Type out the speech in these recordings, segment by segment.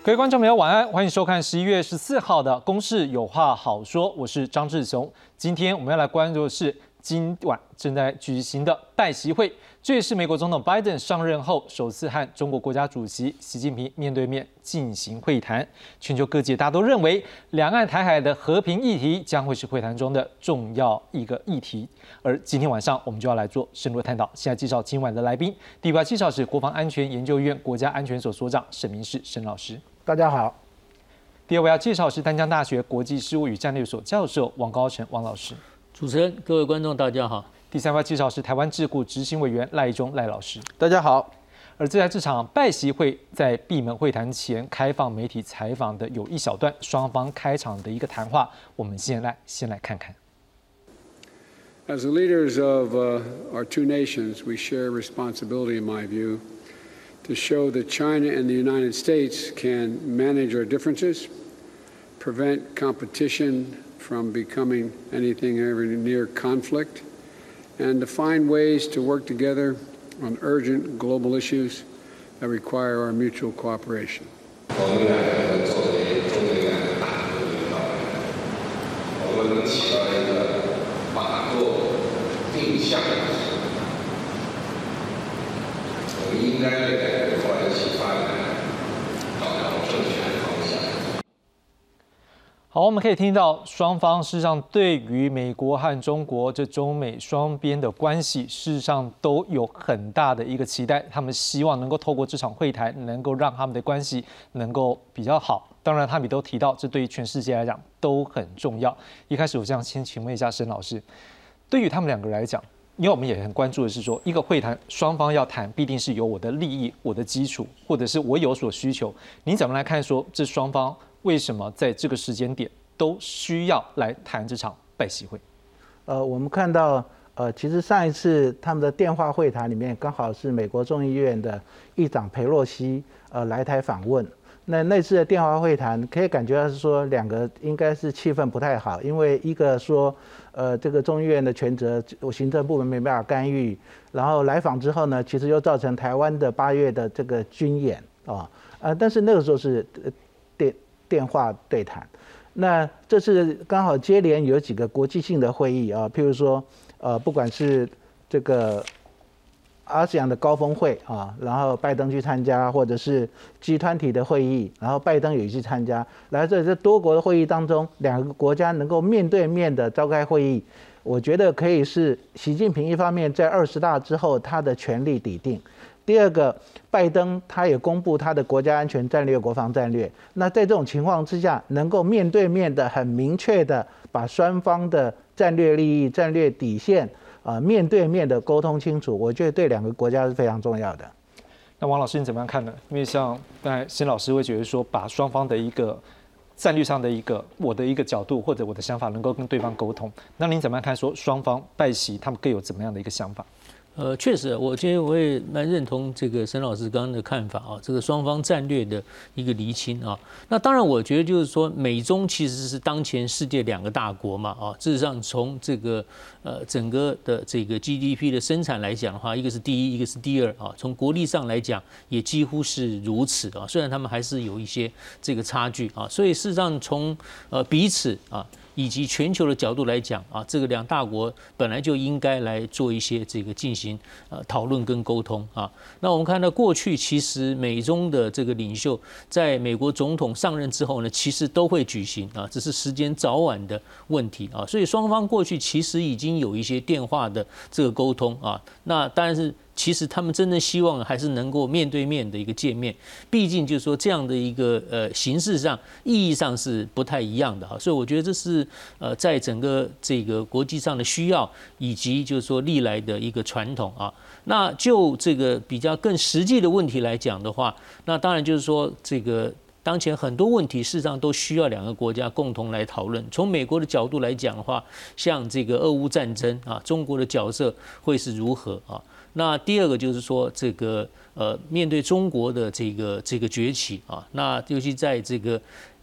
各位观众朋友，晚安，欢迎收看11月14号的《公视有话好说》，我是张志雄。今天我们要来关注的是今晚正在举行的拜习会，这也是美国总统拜登上任后首次和中国国家主席习近平面对面进行会谈。全球各界大家都认为，两岸台海的和平议题将会是会谈中的重要一个议题。而今天晚上我们就要来做深入探讨。现在介绍今晚的来宾，第一位介绍是国防安全研究院国家安全所所长沈明世沈老师。 大家好。 第二位要介绍是淡江大学国际事务与战略所教授王高成王老师。 主持人、各位观众，大家好。 第三位要介绍是台湾智库执行委员赖一中赖老师。 大家好。 而在这场拜习会在闭门会谈前开放媒体采访的有一小段双方开场的一个谈话，我们先来看看。 As the leaders of our two nations, we share responsibility, in my view, to show that China and the United States can manage our differences, prevent competition from becoming anything ever near conflict, and to find ways to work together on urgent global issues that require our mutual cooperation. 好，我们可以听到双方事实上对于美国和中国这中美双边的关系，事实上都有很大的一个期待。他们希望能够透过这场会谈，能够让他们的关系能够比较好。当然，他们也都提到，这对于全世界来讲都很重要。一开始，我这样先请问一下沈老师，对于他们两个来讲，因为我们也很关注的是说，一个会谈双方要谈，必定是有我的利益、我的基础，或者是我有所需求。您怎么来看说，这双方为什么在这个时间点都需要来谈这场拜习会？ 我们看到，其实上一次他们的电话会谈里面，刚好是美国众议院的议长裴洛西来台访问。那次的电话会谈，可以感觉到是说两个应该是气氛不太好，因为一个说，这个众议院的权责，行政部门没办法干预，然后来访之后呢，其实又造成台湾的8月的这个军演但是那个时候是电话对谈。那这次刚好接连有几个国际性的会议譬如说不管是这个ASEAN的高峰会然后拜登去参加，或者是G20的会议，然后拜登也去参加。来这多国的会议当中，两个国家能够面对面的召开会议，我觉得可以是习近平一方面在20大之后他的权力底定。第二个，拜登他也公布他的国家安全战略、国防战略。那在这种情况之下，能够面对面的、很明确的把双方的战略利益、战略底线面对面的沟通清楚，我觉得对两个国家是非常重要的。 那王老师你怎么样看呢？因为像刚才辛老师会觉得说，把双方的一个战略上的我的一个角度或者我的想法能够跟对方沟通，那您怎么样看说双方拜习他们各有怎么样的一个想法？ 确实，我觉得我也蛮认同这个沈老师刚刚的看法这个双方战略的一个厘清那当然，我觉得就是说，美中其实是当前世界两个大国嘛事实上，从这个整个的这个 GDP 的生产来讲的话，一个是第一，一个是第二从国力上来讲，也几乎是如此虽然他们还是有一些这个差距所以事实上从彼此以及全球的角度来讲这个两大国本来就应该来做一些这个进行讨论跟沟通那我们看到过去其实美中的这个领袖在美国总统上任之后呢，其实都会举行只是时间早晚的问题所以双方过去其实已经有一些电话的这个沟通那当然是。其实他们真正希望还是能够面对面的一个见面，毕竟就是说这样的一个形式上、意义上是不太一样的所以我觉得这是在整个这个国际上的需要，以及就是说历来的一个传统那就这个比较更实际的问题来讲的话，那当然就是说这个。当前很多问题事实上都需要两个国家共同来讨论。从美国的角度来讲的话，像这个俄乌战争中国的角色会是如何那第二个就是说，这个面对中国的这个崛起那尤其在这个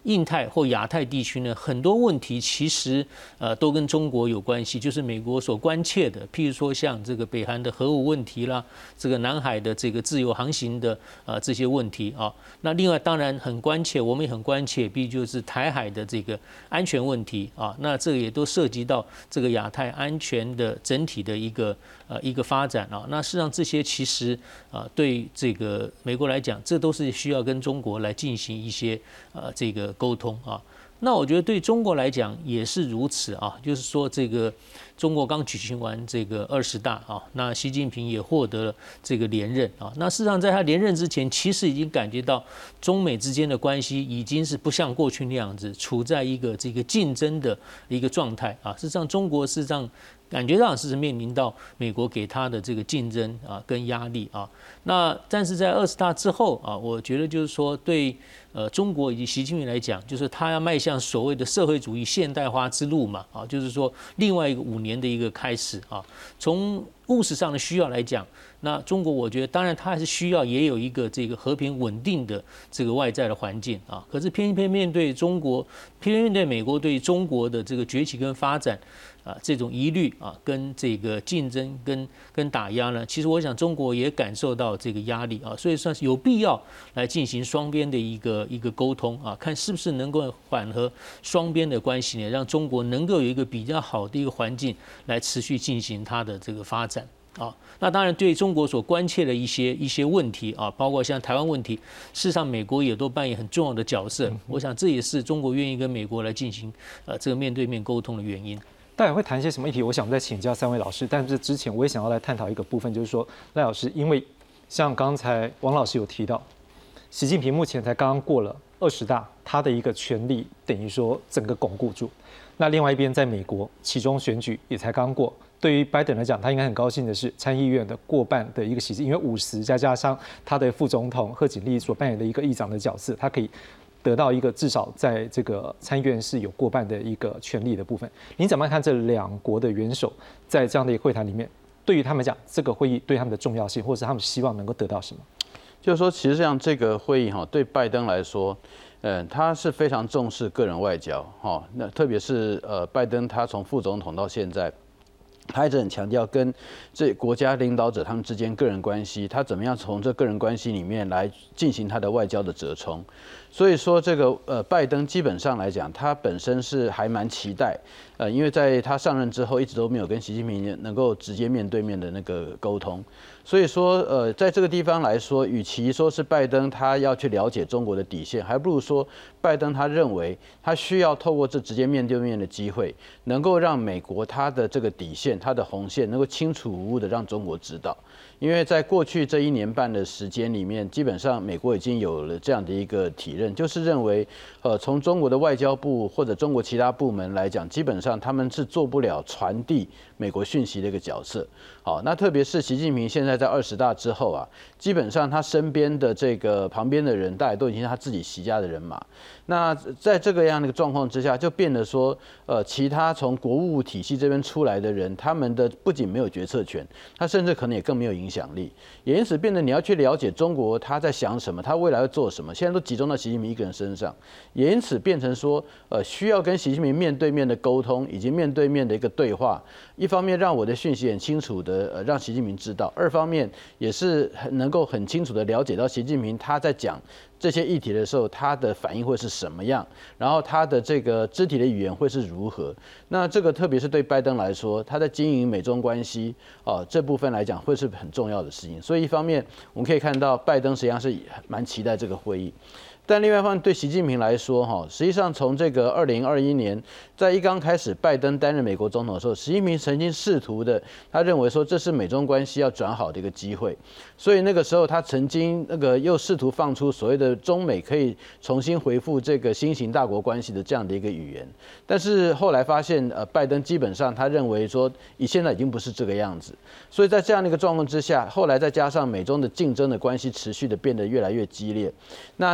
印太或亚太地区呢，很多问题其实都跟中国有关系，就是美国所关切的，譬如说像这个北韩的核武问题啦，这个南海的这个自由航行的这些问题啊。那另外当然很关切，我们也很关切，毕竟就是台海的这个安全问题啊。那这个也都涉及到这个亚太安全的整体的一个发展啊。那事实上这些其实对这个美国来讲，这都是需要跟中国来进行一些这个沟通啊。那我觉得对中国来讲也是如此啊，就是说这个中国刚举行完这个20大啊，那习近平也获得了这个连任啊。那事实上在他连任之前，其实已经感觉到中美之间的关系已经是不像过去那样子，处在一个这个竞争的一个状态啊。事实上，中国事实上感觉上是面临到美国给他的这个竞争跟压力啊。那但是在20大之后啊，我觉得就是说对中国以及习近平来讲，就是他要迈向所谓的社会主义现代化之路嘛啊，就是说另外一个5年的一个开始啊。从务实上的需要来讲，那中国我觉得当然它还是需要也有一个这个和平稳定的这个外在的环境啊。可是偏面对中国，偏面对美国对中国的这个崛起跟发展这种疑虑啊，跟这个竞争跟打压呢，其实我想中国也感受到这个压力啊，所以算是有必要来进行双边的一个沟通啊，看是不是能够缓和双边的关系呢，让中国能够有一个比较好的一个环境来持续进行它的这个发展。那当然，对中国所关切的一些问题啊，包括像台湾问题，事实上美国也都扮演很重要的角色。我想这也是中国愿意跟美国来进行这个面对面沟通的原因。 待会会谈一些什么议题？我想再请教3位老师，但是之前我也想要来探讨一个部分，就是说赖老师，因为像刚才王老师有提到，习近平目前才刚刚过了20大，他的一个权力等于说整个巩固住。那另外一边，在美国期中选举也才刚过，对于拜登来讲，他应该很高兴的是参议院的过半的一个席次，因为50加上他的副总统贺锦丽所扮演的一个议长的角色，他可以得到一个至少在这个参议院是有过半的一个权力的部分。您怎么看这2国的元首在这样的一个会谈里面，对于他们讲这个会议对他们的重要性，或者是他们希望能够得到什么？ 就是说，其实像这个会议对拜登来说，他是非常重视个人外交那特别是拜登他从副总统到现在，他一直很强调跟这国家领导者他们之间个人关系，他怎么样从这个人关系里面来进行他的外交的折冲。所以说这个拜登基本上来讲，他本身是还蛮期待，因为在他上任之后一直都没有跟习近平能够直接面对面的那个沟通。所以说在这个地方来说，与其说是拜登他要去了解中国的底线，还不如说拜登他认为他需要透过这直接面对面的机会，能够让美国他的这个底线、他的红线能够清楚无误的让中国知道。因为在过去这1年半的时间里面，基本上美国已经有了这样的一个体认，就是认为，从中国的外交部或者中国其他部门来讲，基本上他们是做不了传递美国讯息的一个角色。好，那特别是习近平现在在20大之后啊，基本上他身边的这个旁边的人，大概都已经是他自己习家的人马。那在这个样的一个状况之下，就变得说，其他从国务体系这边出来的人，他们的不仅没有决策权，他甚至可能也更没有影响力。也因此变得你要去了解中国他在想什么，他未来要做什么，现在都集中到习近平一个人身上。也因此变成说，需要跟习近平面对面的沟通，以及面对面的一个对话。一方面让我的讯息很清楚的让习近平知道，2方面也是能够很清楚的了解到习近平他在讲这些议题的时候，他的反应会是什么样，然后他的这个肢体的语言会是如何。那这个特别是对拜登来说，他在经营美中关系这部分来讲会是很重要的事情。所以一方面我们可以看到拜登实际上是蛮期待这个会议。但另外一方面，对习近平来说，实际上从这个2021年，在刚开始拜登担任美国总统的时候，习近平曾经试图的，他认为说这是美中关系要转好的一个机会，所以那个时候他曾经又试图放出所谓的中美可以重新恢复这个新型大国关系的这样的一个语言。但是后来发现，拜登基本上他认为说，现在已经不是这个样子，所以在这样的一个状况之下，后来再加上美中的竞争的关系持续的变得越来越激烈，那个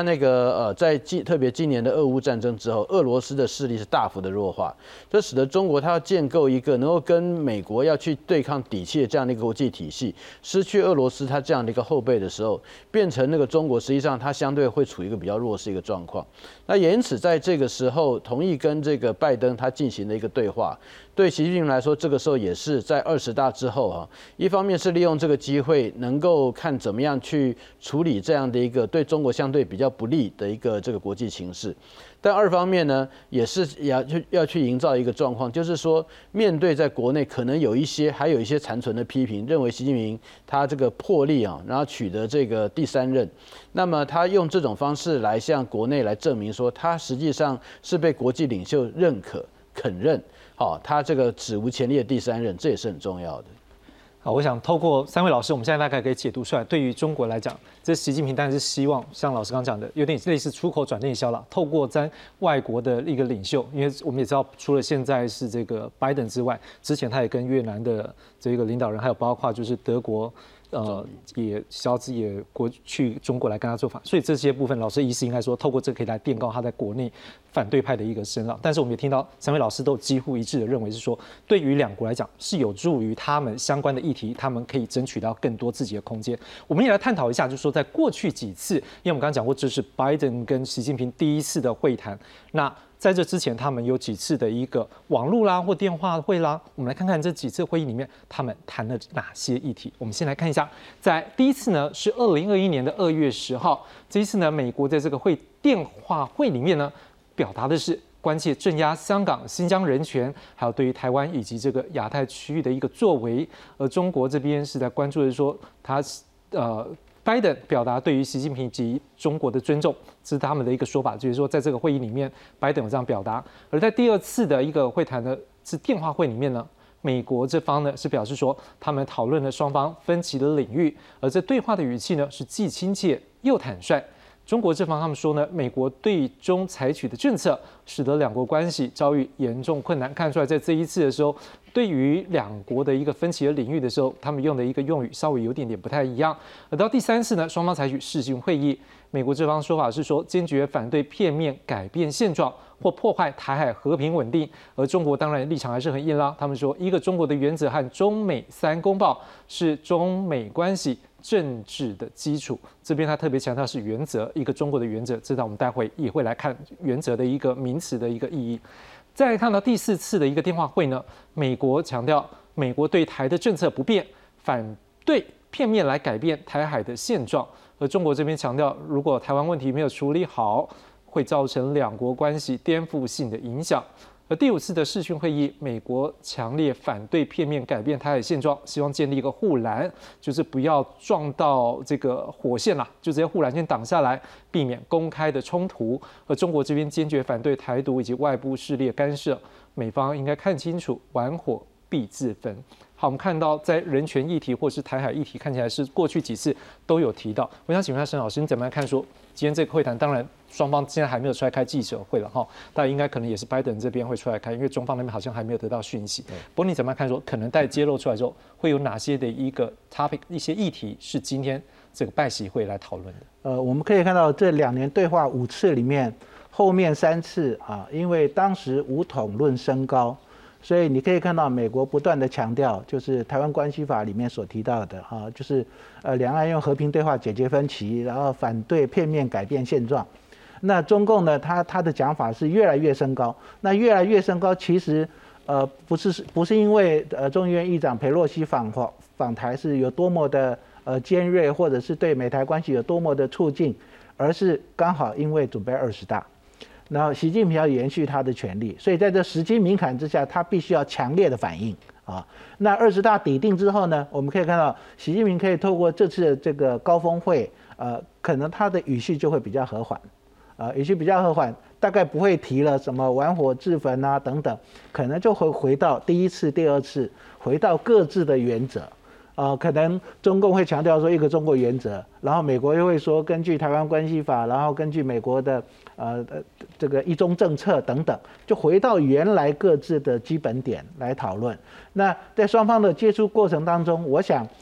特别今年的俄乌战争之后，俄罗斯的势力是大幅的弱化，这使得中国它要建构一个能够跟美国要去对抗底气的这样的一个国际体系，失去俄罗斯它这样的一个后备的时候，变成那个中国实际上它相对会处于一个比较弱势一个状况。那也因此在这个时候同意跟这个拜登他进行了一个对话，对习近平来说，这个时候也是在20大之后啊，一方面是利用这个机会能够看怎么样去处理这样的一个对中国相对比较不利的一个这个国际形势，但二方面呢，也是要去营造一个状况，就是说面对在国内可能还有一些残存的批评，认为习近平他这个魄力啊，然后取得这个第3任，那么他用这种方式来向国内来证明说，他实际上是被国际领袖认可肯认，好，他这个史无前例的第3任，这也是很重要的。 好，我想透过3位老师，我们现在大概可以解读出来，对于中国来讲，这习近平当然是希望像老师刚讲的，有点类似出口转内销了，透过在外国的一个领袖，因为我们也知道，除了现在是这个拜登之外，之前他也跟越南的这个领导人，还有包括就是德国。也肖兹也去中国来跟他做法，所以这些部分，老师的意思应该说，透过这个可以来垫高他在国内反对派的一个声浪。但是我们也听到3位老师都几乎一致的认为是说，对于两国来讲是有助于他们相关的议题，他们可以争取到更多自己的空间。我们也来探讨一下，就是说在过去几次，因为我们刚刚讲过，这是拜登跟习近平第一次的会谈，那在这之前，他们有几次的一个网络啦或电话会啦，我们来看看这几次会议里面他们谈了哪些议题。我们先来看一下，在第一次呢是2021年的2月10号，这一次呢美国在这个电话会里面呢表达的是关切镇压香港、新疆人权，还有对于台湾以及这个亚太区域的一个作为，而中国这边是在关注的说他拜登表达对于习近平及中国的尊重，这是他们的一个说法，就是说在这个会议里面，拜登有这样表达。而在第2次的一个会谈呢，是电话会里面呢，美国这方呢是表示说，他们讨论了双方分歧的领域，而这对话的语气呢是既亲切又坦率。中国这方他们说呢，美国对中采取的政策，使得两国关系遭遇严重困难。看出来，在这一次的时候，对于两国的一个分歧的领域的时候，他们用的一个用语稍微有点不太一样。而到第3次呢，双方采取视讯会议。美国这方说法是说，坚决反对片面改变现状或破坏台海和平稳定。而中国当然立场还是很硬朗，他们说一个中国的原则和中美3公报是中美关系政治的基础，这边他特别强调是原则，一个中国的原则，这道我们待会也会来看原则的一个名词的一个意义。再来看到第4次的一个电话会呢，美国强调美国对台的政策不变，反对片面来改变台海的现状，而中国这边强调，如果台湾问题没有处理好，会造成两国关系颠覆性的影响。而第5次的视讯会议，美国强烈反对片面改变台海现状，希望建立一个护栏，就是不要撞到这个火线啦，就直接护栏先挡下来，避免公开的冲突。而中国这边坚决反对台独以及外部势力干涉，美方应该看清楚，玩火必自焚。好，我们看到在人权议题或是台海议题，看起来是过去几次都有提到。我想请问一下沈老师，你怎么样看说今天这个会谈？当然双方现在还没有出来开记者会了哈，但应该可能也是拜登这边会出来开，因为中方那边好像还没有得到讯息。不过你怎么样看说，可能在揭露出来之后，会有哪些的一个 topic 一些议题是今天这个拜习会来讨论的？ 我们可以看到这2年对话5次里面，后面3次啊，因为当时武统论升高。所以你可以看到，美国不断的强调，就是《台湾关系法》里面所提到的啊，就是两岸用和平对话解决分歧，然后反对片面改变现状。那中共呢，他的讲法是越来越升高。那越来越升高，其实不是因为众议院议长裴洛西访台是有多么的尖锐，或者是对美台关系有多么的促进，而是刚好因为准备20大。然后习近平要延续他的权利，所以在这时机敏感之下，他必须要强烈的反应啊。那20大抵定之后呢，我们可以看到习近平可以透过这次的这个高峰会，可能他的语序就会比较和缓，语序比较和缓，大概不会提了什么玩火自焚啊等等，可能就会回到第1次、第2次，回到各自的原则。可能中共会强调说一个中国原则，然后美国又会说根据台湾关系法，然后根据美国的这个一中政策等等，就回到原来各自的基本点来讨论。那在双方的接触过程当中，我想，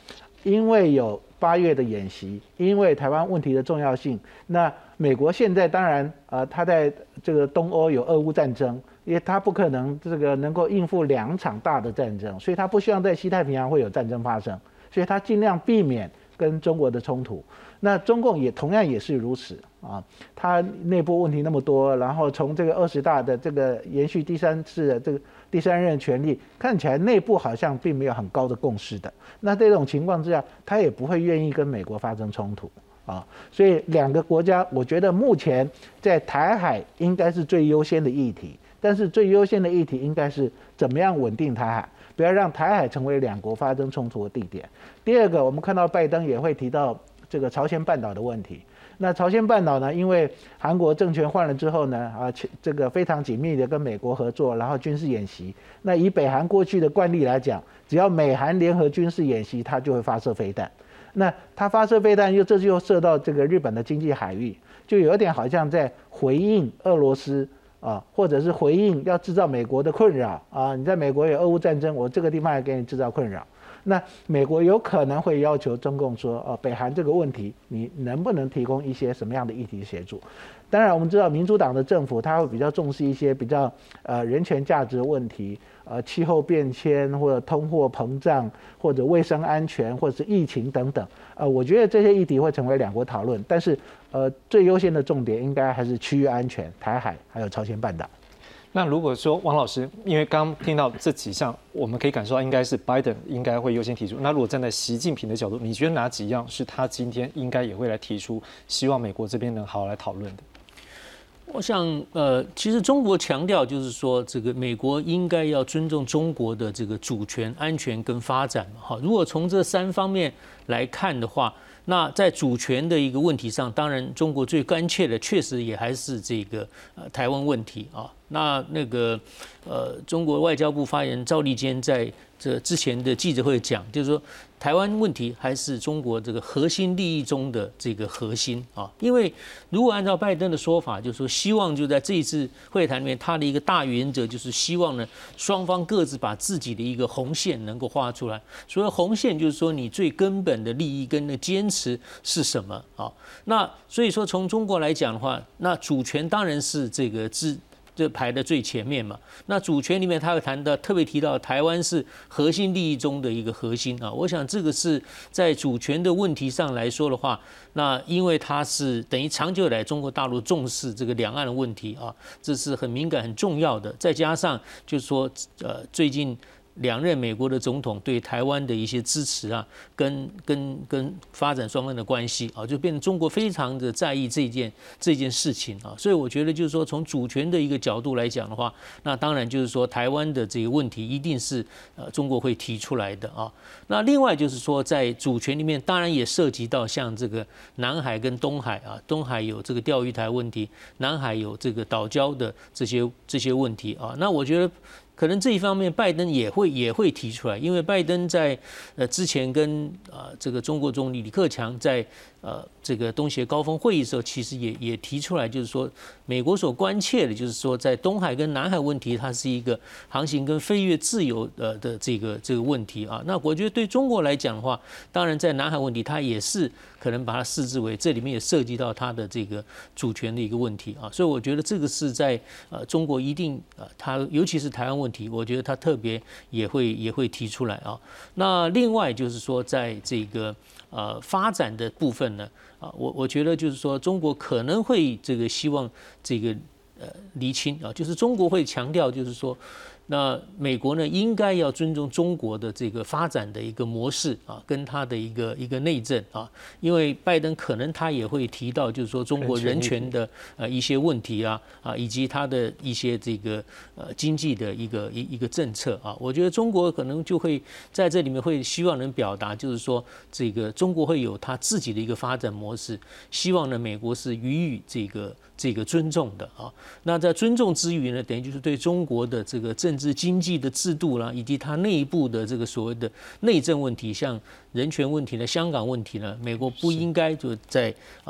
因为有8月的演习，因为台湾问题的重要性，那美国现在当然他在这个东欧有俄乌战争，因为他不可能这个能够应付2场大的战争，所以他不希望在西太平洋会有战争发生，所以他尽量避免跟中国的冲突。那中共也同样也是如此啊，他内部问题那么多，然后从这个20大的这个延续第3次的这个第3任权力，看起来内部好像并没有很高的共识的。那这种情况之下，他也不会愿意跟美国发生冲突啊。所以2个国家，我觉得目前在台海应该是最优先的议题，但是最优先的议题应该是怎么样稳定台海，不要让台海成为2国发生冲突的地点。第二个，我们看到拜登也会提到这个朝鲜半岛的问题。那朝鲜半岛呢，因为韩国政权换了之后呢，这个非常紧密的跟美国合作，然后军事演习。那以北韩过去的惯例来讲，只要美韩联合军事演习，它就会发射飞弹。那它发射飞弹这又射到这个日本的经济海域，就有点好像在回应俄罗斯啊，或者是回应要制造美国的困扰啊。你在美国有俄乌战争，我这个地方也给你制造困扰。那美国有可能会要求中共说，北韩这个问题，你能不能提供一些什么样的议题协助？当然，我们知道民主党的政府，他会比较重视一些比较人权价值的问题，气候变迁或者通货膨胀，或者卫生安全，或者是疫情等等。我觉得这些议题会成为2国讨论，但是最优先的重点应该还是区域安全、台海还有朝鲜半岛。 那如果说王老师，因为刚刚听到这几项，我们可以感受到应该是拜登应该会优先提出。那如果站在习近平的角度，你觉得哪几样是他今天应该也会来提出，希望美国这边能好好来讨论的？ 我想，其实中国强调就是说，这个美国应该要尊重中国的这个主权、安全跟发展嘛。哈，如果从这3方面来看的话，那在主权的一个问题上，当然中国最关切的，确实也还是这个台湾问题啊。那个中国外交部发言人赵立坚在这之前的记者会讲，就是说台湾问题还是中国这个核心利益中的这个核心啊。因为如果按照拜登的说法，就是说希望就在这一次会谈里面，他的一个大原则就是希望呢双方各自把自己的一个红线能够画出来。所谓红线，就是说你最根本的利益跟坚持是什么啊？那所以说从中国来讲的话，那主权当然是这排的最前面嘛。那主权里面，他会谈到特别提到台湾是核心利益中的一个核心啊。我想这个是在主权的问题上来说的话，那因为它是等于长久以来中国大陆重视这个两岸的问题啊，这是很敏感很重要的。再加上就是说最近2任美国的总统对台湾的一些支持啊，跟发展双方的关系啊，就变成中国非常的在意这件事情啊。所以我觉得就是说，从主权的一个角度来讲的话，那当然就是说台湾的这个问题一定是中国会提出来的啊。那另外就是说，在主权里面，当然也涉及到像这个南海跟东海啊，东海有这个钓鱼台问题，南海有这个岛礁的这些问题啊。那我觉得可能这一方面，拜登也会提出来，因为拜登在之前跟这个中国总理李克强在这个东协高峰会议的时候，其实也提出来，就是说美国所关切的，就是说在东海跟南海问题，它是一个航行跟飞越自由的这个问题啊。那我觉得对中国来讲的话，当然在南海问题，它也是可能把它视之为这里面也涉及到它的这个主权的一个问题啊。所以我觉得这个是在中国一定它尤其是台湾问题，我觉得它特别也会提出来啊。那另外就是说，在这个发展的部分呢，我觉得就是说，中国可能会这个希望这个厘清啊，就是中国会强调，就是说，那美国呢应该要尊重中国的这个发展的一个模式啊，跟它的一个内政啊，因为拜登可能他也会提到，就是说中国人权的一些问题啊，以及它的一些这个经济的一个政策啊，我觉得中国可能就会在这里面会希望能表达，就是说这个中国会有它自己的一个发展模式，希望呢美国是予以这个尊重的啊。那在尊重之余呢，等于就是对中国的这个政治经济的制度啦，以及它内部的这个所谓的内政问题，像人权问题呢、香港问题呢，美国不应该就在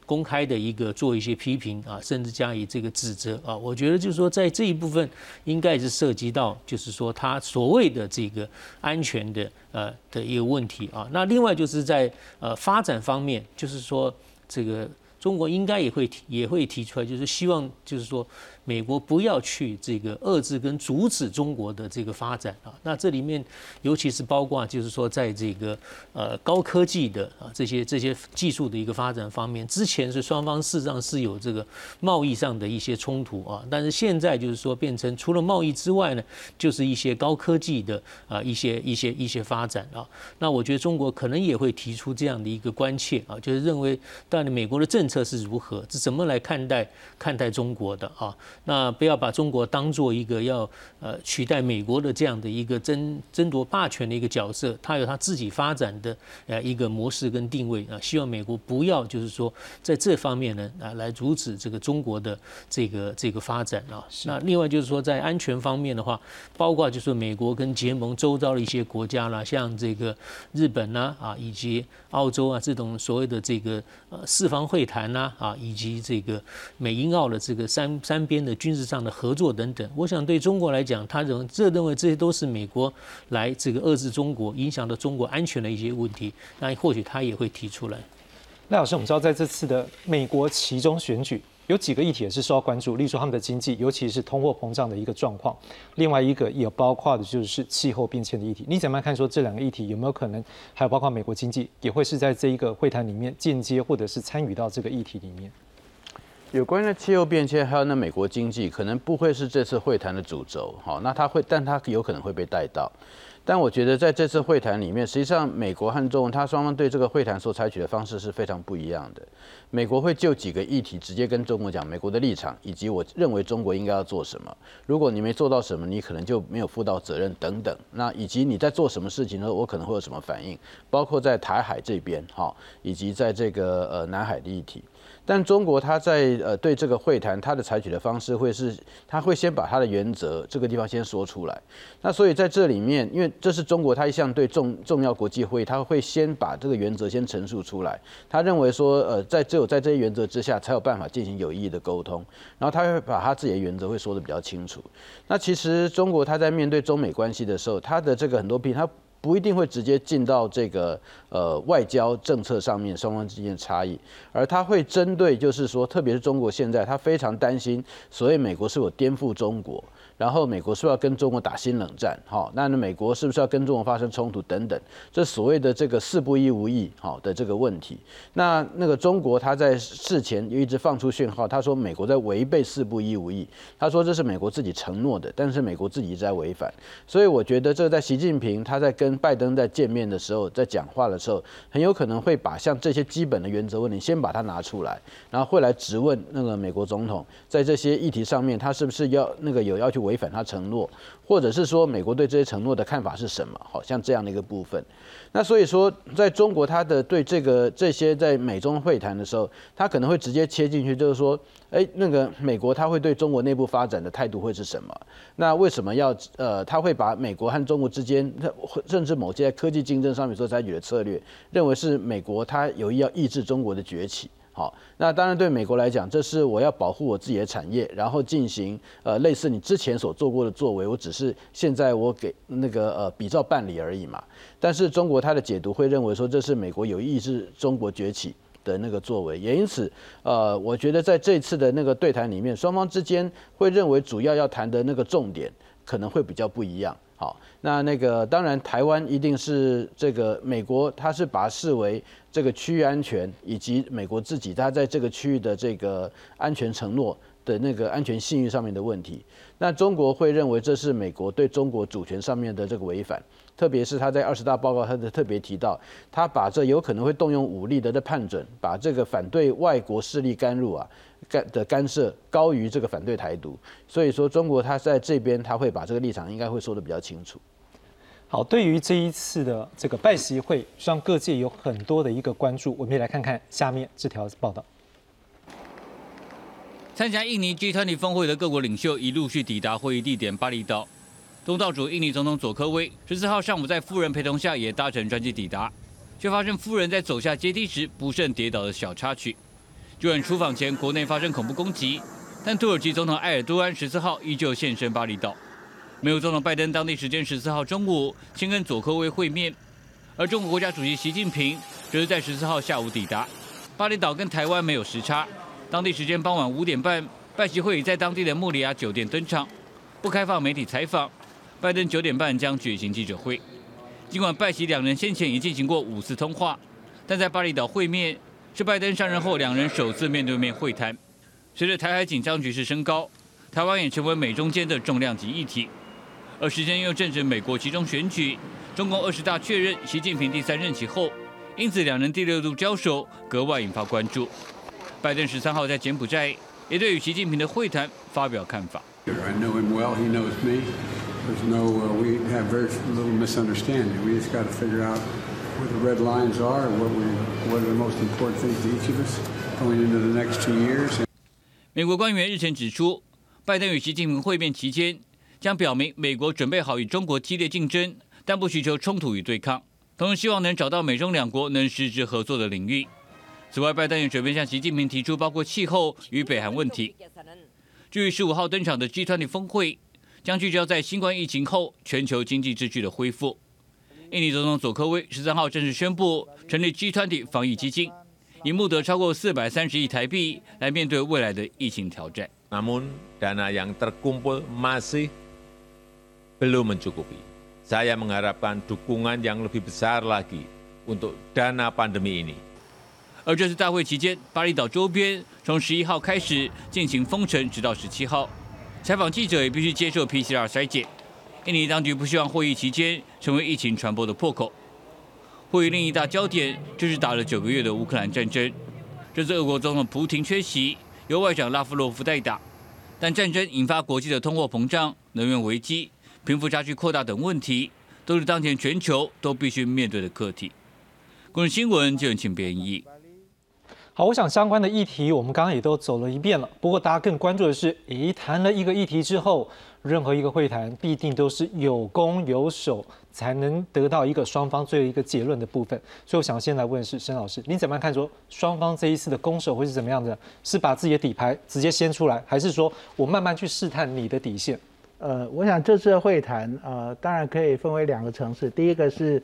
公开的一个做一些批评啊，甚至加以这个指责啊。我觉得就是说，在这一部分应该是涉及到，就是说他所谓的这个安全的的一个问题啊。那另外就是在发展方面，就是说这个中国应该也会提出来，就是希望就是说美国不要去这个遏制跟阻止中国的这个发展啊。那这里面尤其是包括就是说在这个高科技的这些技术的一个发展方面，之前是双方事实上是有这个贸易上的一些冲突啊，但是现在就是说变成除了贸易之外呢，就是一些高科技的一些发展啊。那我觉得中国可能也会提出这样的一个关切啊，就是认为到底美国的政策是如何，是怎么来看待中国的啊？那不要把中国当做一个要取代美国的这样的一个争夺霸权的一个角色，它有它自己发展的一个模式跟定位啊。希望美国不要就是说在这方面呢来阻止这个中国的这个发展啊。那另外就是说在安全方面的话，包括就是美国跟结盟周遭的一些国家啦，像这个日本啦以及澳洲这种所谓的这个四方会谈以及这个美英澳的这个三边的军事上的合作等等，我想对中国来讲，他认为这些都是美国来这个遏制中国、影响到中国安全的一些问题，那或许他也会提出来。 赖老师，我们知道在这次的美国期中选举，有几个议题也是受到关注，例如说他们的经济，尤其是通货膨胀的一个状况。另外一个也包括的就是气候变迁的议题。你怎么样看说这两个议题有没有可能，还有包括美国经济，也会是在这一个会谈里面间接或者是参与到这个议题里面？ 有关的气候变迁，还有那美国经济，可能不会是这次会谈的主轴。好，那但它有可能会被带到。但我觉得在这次会谈里面，实际上美国和中国，它双方对这个会谈所采取的方式是非常不一样的。美国会就几个议题直接跟中国讲美国的立场，以及我认为中国应该要做什么。如果你没做到什么，你可能就没有负到责任等等。那以及你在做什么事情呢？我可能会有什么反应？包括在台海这边，以及在这个南海的议题。但中国它在对这个会谈，它的采取的方式会是，它会先把它的原则这个地方先说出来。那所以在这里面，因为这是中国它一向对重要国际会议，它会先把这个原则先陈述出来。他认为说，只有在这些原则之下，才有办法进行有意义的沟通。然后他会把他自己的原则会说得比较清楚。那其实中国它在面对中美关系的时候，它的这个很多批评，它不一定会直接进到这个外交政策上面双方之间的差异，而他会针对就是说，特别是中国现在，他非常担心所谓美国是否颠覆中国，然后美国是不是要跟中国打新冷战，那美国是不是要跟中国发生冲突等等，这所谓的这个四不一无意的这个问题。那个中国他在事前一直放出讯号，他说美国在违背四不一无意，他说这是美国自己承诺的，但是美国自己一直在违反。所以我觉得这个在习近平他在跟拜登在见面的时候，在讲话的时候，很有可能会把像这些基本的原则问题先把它拿出来，然后会来质问那个美国总统在这些议题上面，他是不是要有要去违反他承诺，或者是说美国对这些承诺的看法是什么？好像这样的一个部分。那所以说，在中国他的对这些在美中会谈的时候，他可能会直接切进去，就是说，美国他会对中国内部发展的态度会是什么？那为什么要他会把美国和中国之间，甚至某些在科技竞争上面所采取的策略，认为是美国他有意要抑制中国的崛起。好，那当然对美国来讲，这是我要保护我自己的产业，然后进行类似你之前所做过的作为，我只是现在我给比照办理而已嘛。但是中国它的解读会认为说，这是美国有意抑制中国崛起的那个作为，也因此我觉得在这次的那个对谈里面，双方之间会认为主要要谈的那个重点可能会比较不一样。好，那当然，台湾一定是这个美国，它是把它视为这个区域安全，以及美国自己它在这个区域的这个安全承诺的那个安全信誉上面的问题。那中国会认为这是美国对中国主权上面的这个违反，特别是他在20大报告，他特别提到，他把这有可能会动用武力的判准，把这个反对外国势力干入的干涉高于这个反对台独，所以说中国他在这边他会把这个立场应该会说得比较清楚。 好，对于这一次的这个拜习会，让各界有很多的一个关注，我们也来看看下面这条报道。 参加印尼 G20 峰会的各国领袖已陆续抵达会议地点巴厘岛。东道主印尼总统佐科威14号上午在夫人陪同下也搭乘专机抵达，却发生夫人在走下阶梯时不慎跌倒的小插曲。 就算出访前国内发生恐怖攻击，但土耳其总统埃尔多安14号依旧现身巴厘岛。美国总统拜登当地时间14号中午先跟佐科威会面，而中国国家主席习近平则是在14号下午抵达。巴厘岛跟台湾没有时差，当地时间傍晚5点半，拜习会议在当地的穆里亚酒店登场，不开放媒体采访。拜登9点半将举行记者会。尽管拜习两人先前已进行过5次通话，但在巴厘岛会面是拜登上任后两人首次面对面会谈。随着台海紧张局势升高，台湾也成为美中间的重量级议题。而时间又正值美国期中选举，中共20大确认习近平第3任期后，因此两人第6度交手格外引发关注。拜登13号在柬埔寨也对与习近平的会谈发表看法。 I know him well. He knows me. There's we have very little misunderstanding. We just got to figure out where the red lines are, what are the most important things to each of us going into the next 2 years. 美国官员日前指出，拜登与习近平会面期间，将表明美国准备好与中国激烈竞争，但不寻求冲突与对抗，同时希望能找到美中两国能实质合作的领域。此外，拜登也准备向习近平提出包括气候与北韩问题。至于15号登场的 G20 峰会，将聚焦在新冠疫情后全球经济秩序的恢复。印尼总统佐科威13号正式宣布成立 G20 防疫基金，以募得超过430亿台币来面对未来的疫情挑战。 Namun dana yang terkumpul masih belum mencukupi. Saya mengharapkan dukungan yang lebih besar lagi untuk dana pandemi ini. 而这次大会期间，巴厘岛周边从11号开始进行封城，直到17号。采访记者也必须接受 PCR 筛检。印尼当局不希望会议期间成为疫情传播的破口。会议另一大焦点就是打了9个月的乌克兰战争。这次俄国总统普廷缺席，由外长拉夫罗夫代打。但战争引发国际的通货膨胀、能源危机、贫富差距扩大等问题，都是当前全球都必须面对的课题。公视新闻就请编译。 好，我想相关的议题我们刚刚也都走了一遍了。不过大家更关注的是，谈了一个议题之后，任何一个会谈必定都是有攻有守，才能得到一个双方最后一个结论的部分。所以我想先来问的是申老师，你怎么看说双方这一次的攻守会是怎么样的？是把自己的底牌直接掀出来，还是说我慢慢去试探你的底线？ 我想这次的会谈当然可以分为2个层次，第一个是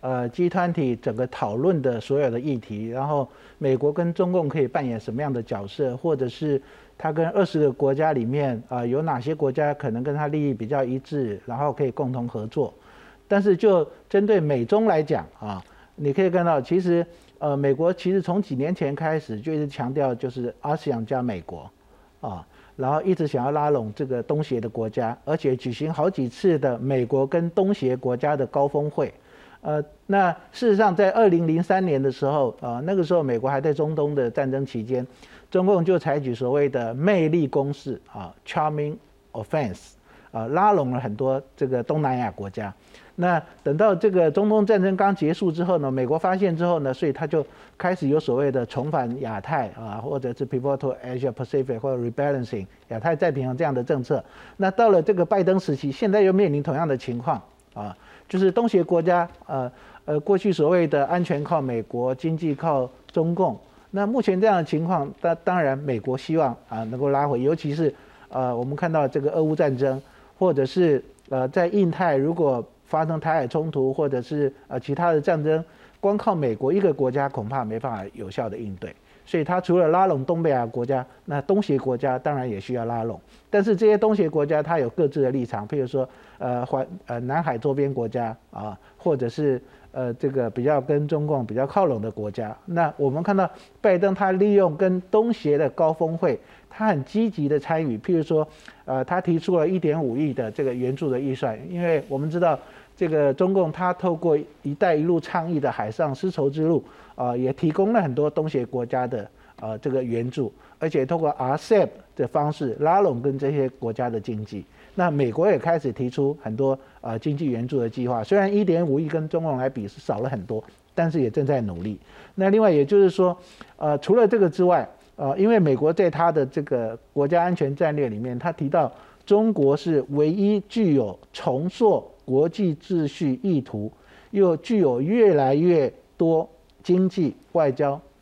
G20 整个讨论的所有的议题，然后美国跟中共可以扮演什么样的角色，或者是它跟20个国家里面有哪些国家可能跟它利益比较一致，然后可以共同合作。但是就针对美中来讲你可以看到，其实美国其实从几年前开始就一直强调就是ASEAN加美国然后一直想要拉拢这个东协的国家，而且举行好几次的美国跟东协国家的高峰会。那事实上，在2003年的时候，那个时候美国还在中东的战争期间，中共就采取所谓的魅力攻势charming offense，拉拢了很多这个东南亚国家。那等到这个中东战争刚结束之后呢，美国发现之后呢，所以他就开始有所谓的重返亚太或者是 pivot to Asia Pacific 或者 rebalancing 亚太再平衡这样的政策。那到了这个拜登时期，现在又面临同样的情况就是东协国家过去所谓的安全靠美国，经济靠中共。那目前这样的情况，当然美国希望能够拉回，尤其是我们看到这个俄乌战争，或者是在印太如果发生台海冲突，或者是其他的战争，光靠美国一个国家恐怕没办法有效的应对。所以它除了拉拢东北亚国家，那东协国家当然也需要拉拢。但是这些东协国家它有各自的立场，譬如说南海周边国家或者是这个比较跟中共比较靠拢的国家。那我们看到拜登他利用跟东协的高峰会，他很积极的参与，譬如说他提出了1.5亿的这个援助的预算，因为我们知道这个中共他透过“一带一路”倡议的海上丝绸之路也提供了很多东协国家的这个援助，而且透过 RCEP 的方式拉拢跟这些国家的经济。那美国也开始提出很多经济援助的计划，虽然1.5亿跟中共来比是少了很多，但是也正在努力。那另外也就是说除了这个之外因为美国在他的这个国家安全战略里面，他提到中国是唯一具有重塑国际秩序意图，又具有越来越多经济、外交、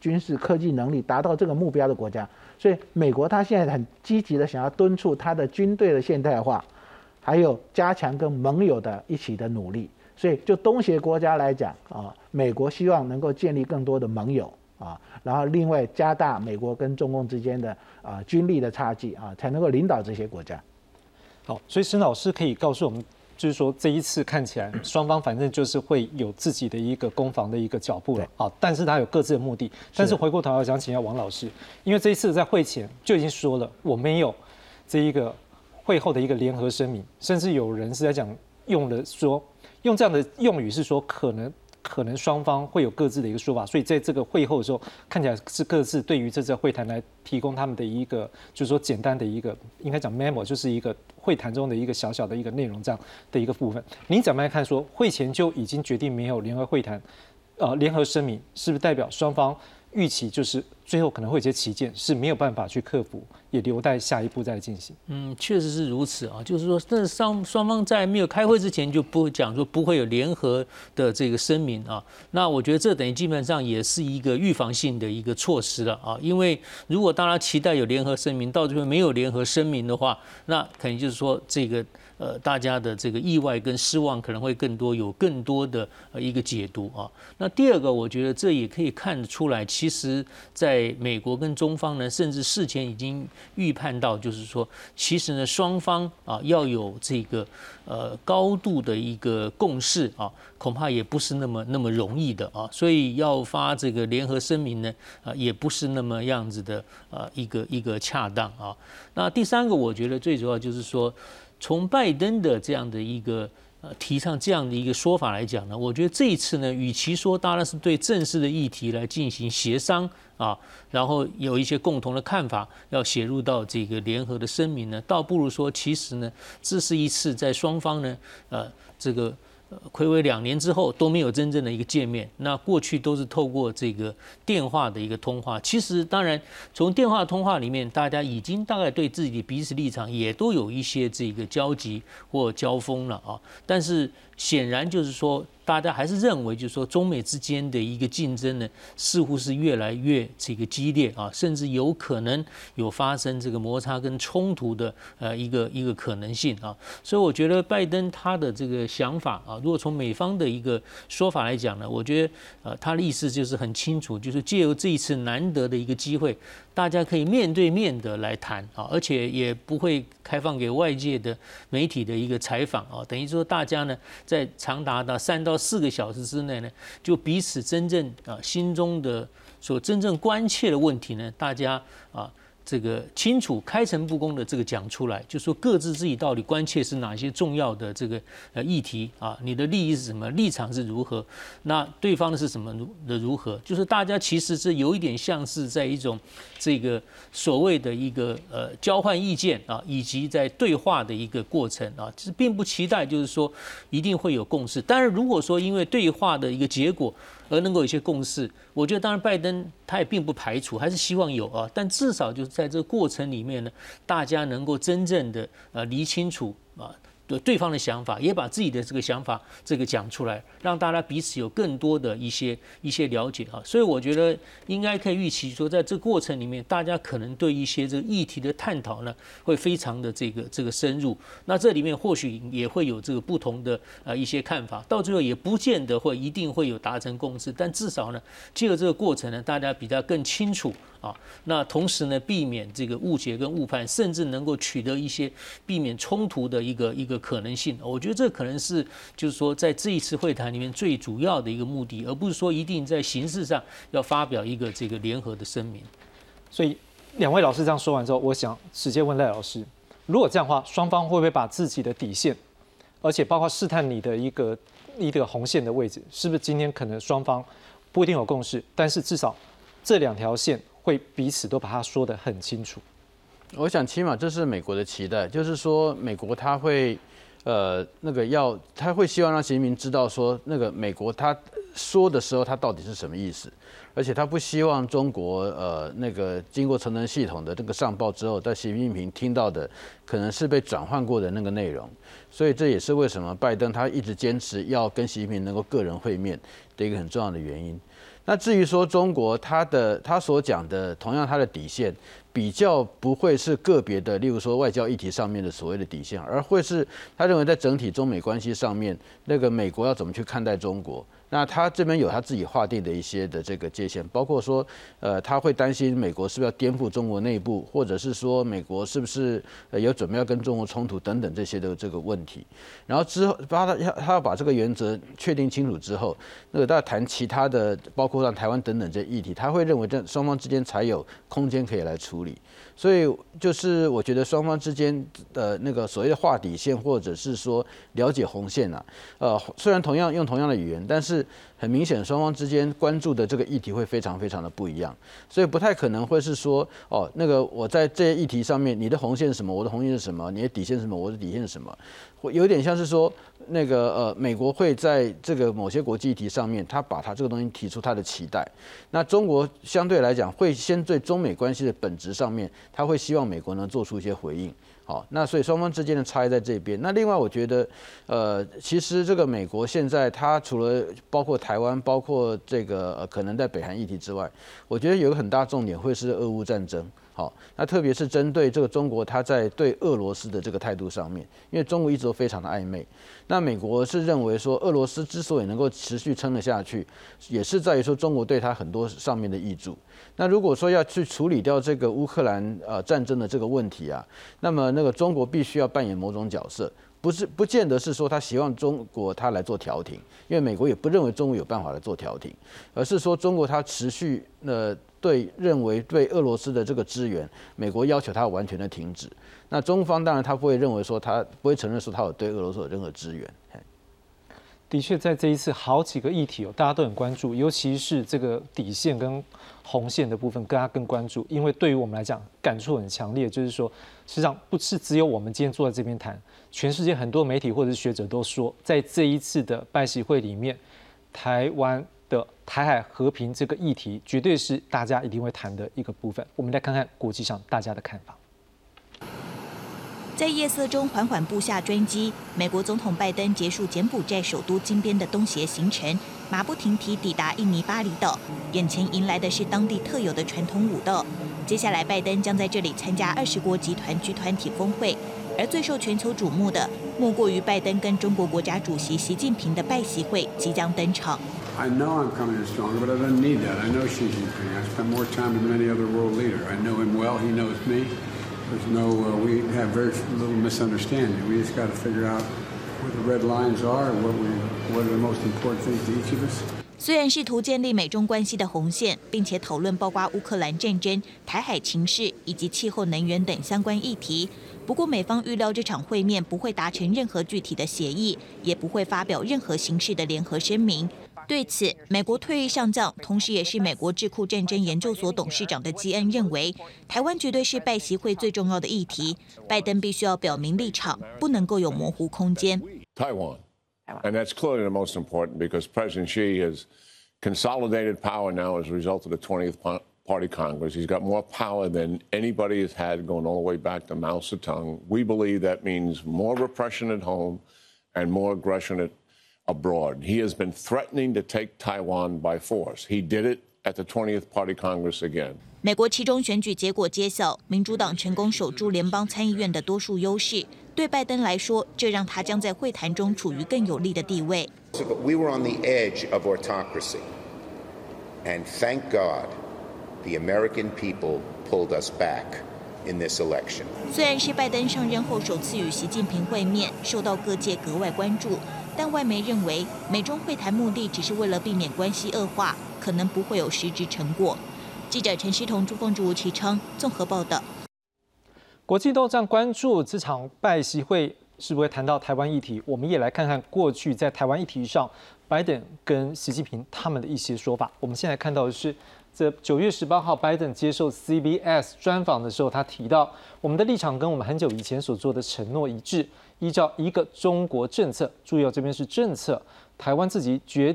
军事科技能力达到这个目标的国家。所以美国它现在很积极的想要敦促它的军队的现代化，还有加强跟盟友的一起的努力。所以就东协国家来讲啊，美国希望能够建立更多的盟友啊，然后另外加大美国跟中共之间的军力的差距啊，才能够领导这些国家。 好，所以沈老师可以告诉我们，就是说这一次看起来双方反正就是会有自己的一个攻防的一个脚步了啊，但是他有各自的目的。但是回过头来想请教王老师，因为这一次在会前就已经说了，我没有这一个会后的一个联合声明，甚至有人是在讲用这样的用语是说可能双方会有各自的一个说法，所以在这个会后的时候，看起来是各自对于这次会谈来提供他们的一个，就是说简单的一个，应该讲 memo， 就是一个会谈中的一个小小的一个内容这样的一个部分。您怎么来看说会前就已经决定没有联合会谈，联合声明，是不是代表双方预期就是最后可能会有些歧见是没有办法去克服，也留待下一步再进行？ 确实是如此啊，就是说，但是双方在没有开会之前就不讲说不会有联合的这个声明啊。那我觉得这等于基本上也是一个预防性的一个措施了啊，因为如果大家期待有联合声明，到最后没有联合声明的话，那肯定就是说这个。大家的这个意外跟失望可能会更多，有更多的一个解读啊。那第二个，我觉得这也可以看得出来，其实在美国跟中方呢，甚至事前已经预判到，就是说，其实呢双方啊要有这个高度的一个共识啊，恐怕也不是那么容易的啊。所以要发这个联合声明呢，也不是那么样子的一个恰当啊。那第三个，我觉得最主要就是说。从拜登的这样的一个提倡这样的一个说法来讲呢，我觉得这一次呢，与其说当然是对正式的议题来进行协商啊，然后有一些共同的看法要写入到这个联合的声明呢，倒不如说其实呢，这是一次在双方呢这个。睽违2年之后都没有真正的一个见面，那过去都是透过这个电话的一个通话。其实当然从电话通话里面，大家已经大概对自己的彼此立场也都有一些这个交集或交锋了啊。但是显然就是说，大家还是认为，就是说中美之间的一个竞争呢，似乎是越来越这个激烈啊，甚至有可能有发生这个摩擦跟冲突的一个可能性啊。所以我觉得拜登他的这个想法啊，如果从美方的一个说法来讲呢，我觉得他的意思就是很清楚，就是借由这一次难得的一个机会，大家可以面对面的来谈啊，而且也不会开放给外界的媒体的一个采访啊，等于说大家呢在长达3到4个小时之内呢，就彼此真正心中的所真正关切的问题呢，大家这个清楚开诚布公的这个讲出来，就说各自自己到底关切是哪些重要的这个议题啊？你的利益是什么？立场是如何？那对方的是什么的如何？就是大家其实是有一点像是在一种这个所谓的一个交换意见啊，以及在对话的一个过程啊，其实并不期待就是说一定会有共识。当然，如果说因为对话的一个结果而能够有一些共识，我觉得当然拜登他也并不排除，还是希望有啊，但至少就是在这个过程里面呢，大家能够真正的理清楚啊。对方的想法，也把自己的这个想法这个讲出来，让大家彼此有更多的一些了解啊。所以我觉得应该可以预期说，在这个过程里面，大家可能对一些这个议题的探讨呢，会非常的这个深入。那这里面或许也会有这个不同的一些看法，到最后也不见得会一定会有达成共识，但至少呢，借由这个过程呢，大家比较更清楚。那同时呢，避免这个误解跟误判，甚至能够取得一些避免冲突的一个可能性。我觉得这可能是就是说在这一次会谈里面最主要的一个目的，而不是说一定在形式上要发表一个这个联合的声明。 所以2位老师这样说完之后，我想直接问赖老师，如果这样的话，双方会不会把自己的底线，而且包括试探你的一个红线的位置，是不是今天可能双方不一定有共识，但是至少这2条线会彼此都把它说得很清楚。 我想起码这是美国的期待，就是说美国他会他会希望让习近平知道说，那个美国他说的时候他到底是什么意思，而且他不希望中国那个经过层层系统的这个上报之后，在习近平听到的可能是被转换过的那个内容，所以这也是为什么拜登他一直坚持要跟习近平能够个人会面的一个很重要的原因。那至于说中国他所讲的，同样他的底线比较不会是个别的，例如说外交议题上面的所谓的底线，而会是他认为在整体中美关系上面，那个美国要怎么去看待中国。那他这边有他自己划定的一些的这个界限，包括说，他会担心美国是不是要颠覆中国内部，或者是说美国是不是有准备要跟中国冲突等等这些的这个问题。然后之后，他要把这个原则确定清楚之后，那个大家谈其他的，包括像台湾等等这些议题，他会认为这双方之间才有空间可以来处理。所以就是我觉得双方之间的那个所谓的划底线，或者是说了解红线啊，虽然用同样的语言，但是很明显双方之间关注的这个议题会非常非常的不一样，所以不太可能会是说那个我在这些议题上面，你的红线是什么，我的红线是什么，你的底线是什么，我的底线是什么，会有点像是说那个美国会在这个某些国际议题上面，他把他这个东西提出他的期待，那中国相对来讲会先对中美关系的本质上面，他会希望美国能做出一些回应。好，那所以双方之间的差异在这边。那另外，我觉得，其实这个美国现在它除了包括台湾，包括这个可能在北韩议题之外，我觉得有个很大重点会是俄乌战争。好，那特别是针对这个中国，它在对俄罗斯的这个态度上面，因为中国一直都非常的暧昧。那美国是认为说，俄罗斯之所以能够持续撑得下去，也是在于说中国对它很多上面的挹注。那如果说要去处理掉这个乌克兰战争的这个问题啊，那么那个中国必须要扮演某种角色。不见得是说他希望中国他来做调停，因为美国也不认为中国有办法来做调停，而是说中国他持续认为对俄罗斯的这个支援，美国要求他完全的停止。那中方当然他不会认为说他不会承认说他有对俄罗斯有任何支援。 的确，在这一次好几个议题大家都很关注，尤其是这个底线跟红线的部分，大家更关注，因为对于我们来讲，感触很强烈，就是说，实际上不是只有我们今天坐在这边谈，全世界很多媒体或者是学者都说，在这一次的拜习会里面，台湾的台海和平这个议题，绝对是大家一定会谈的一个部分。我们来看看国际上大家的看法。 在夜色中缓缓步下专机，美国总统拜登结束柬埔寨首都金边的东协行程，马不停蹄抵达印尼巴厘岛，眼前迎来的是当地特有的传统舞蹈。接下来，拜登将在这里参加20国集团G团体峰会，而最受全球瞩目的，莫过于拜登跟中国国家主席习近平的拜习会即将登场。 I know I'm coming in stronger, but I don't need that. I know Xi Jinping. I spend more time with any other world leader. I know him well. He knows me. We have very little misunderstanding. We just got to figure out what the red lines are and what are the most important things to each of us. 虽然试图建立美中关系的红线，并且讨论包括乌克兰战争、台海情势以及气候能源等相关议题，不过美方预料这场会面不会达成任何具体的协议，也不会发表任何形式的联合声明。对此，美国退役上将，同时也是美国智库战争研究所董事长的基恩认为，台湾绝对是拜习会最重要的议题，拜登必须要表明立场，不能够有模糊空间。 Taiwan, and that's clearly the most important because President Xi has consolidated power now as a result of the 20th Party Congress. He's got more power than anybody has had going all the way back to Mao Zedong. We believe that means more repression at home and more aggression abroad. He has been threatening to take Taiwan by force. He did it at the 20th Party Congress again. 美国期中选举结果揭晓，民主党成功守住联邦参议院的多数优势。对拜登来说，这让他将在会谈中处于更有利的地位。 We were on the edge of autocracy, and thank God, the American people pulled us back in this election. 虽然是拜登上任后首次与习近平会面，受到各界格外关注，但外媒认为，美中会谈目的只是为了避免关系恶化，可能不会有实质成果。记者陈诗彤、朱凤竹、吴其昌综合报道。 国际都这样关注这场拜习会是不是会谈到台湾议题？我们也来看看过去在台湾议题上，拜登跟习近平他们的一些说法。我们现在看到的是，这9月18号，拜登接受 CBS 专访的时候，他提到我们的立场跟我们很久以前所做的承诺一致，依照一个中国政策，注意这边是政策，台湾自己决定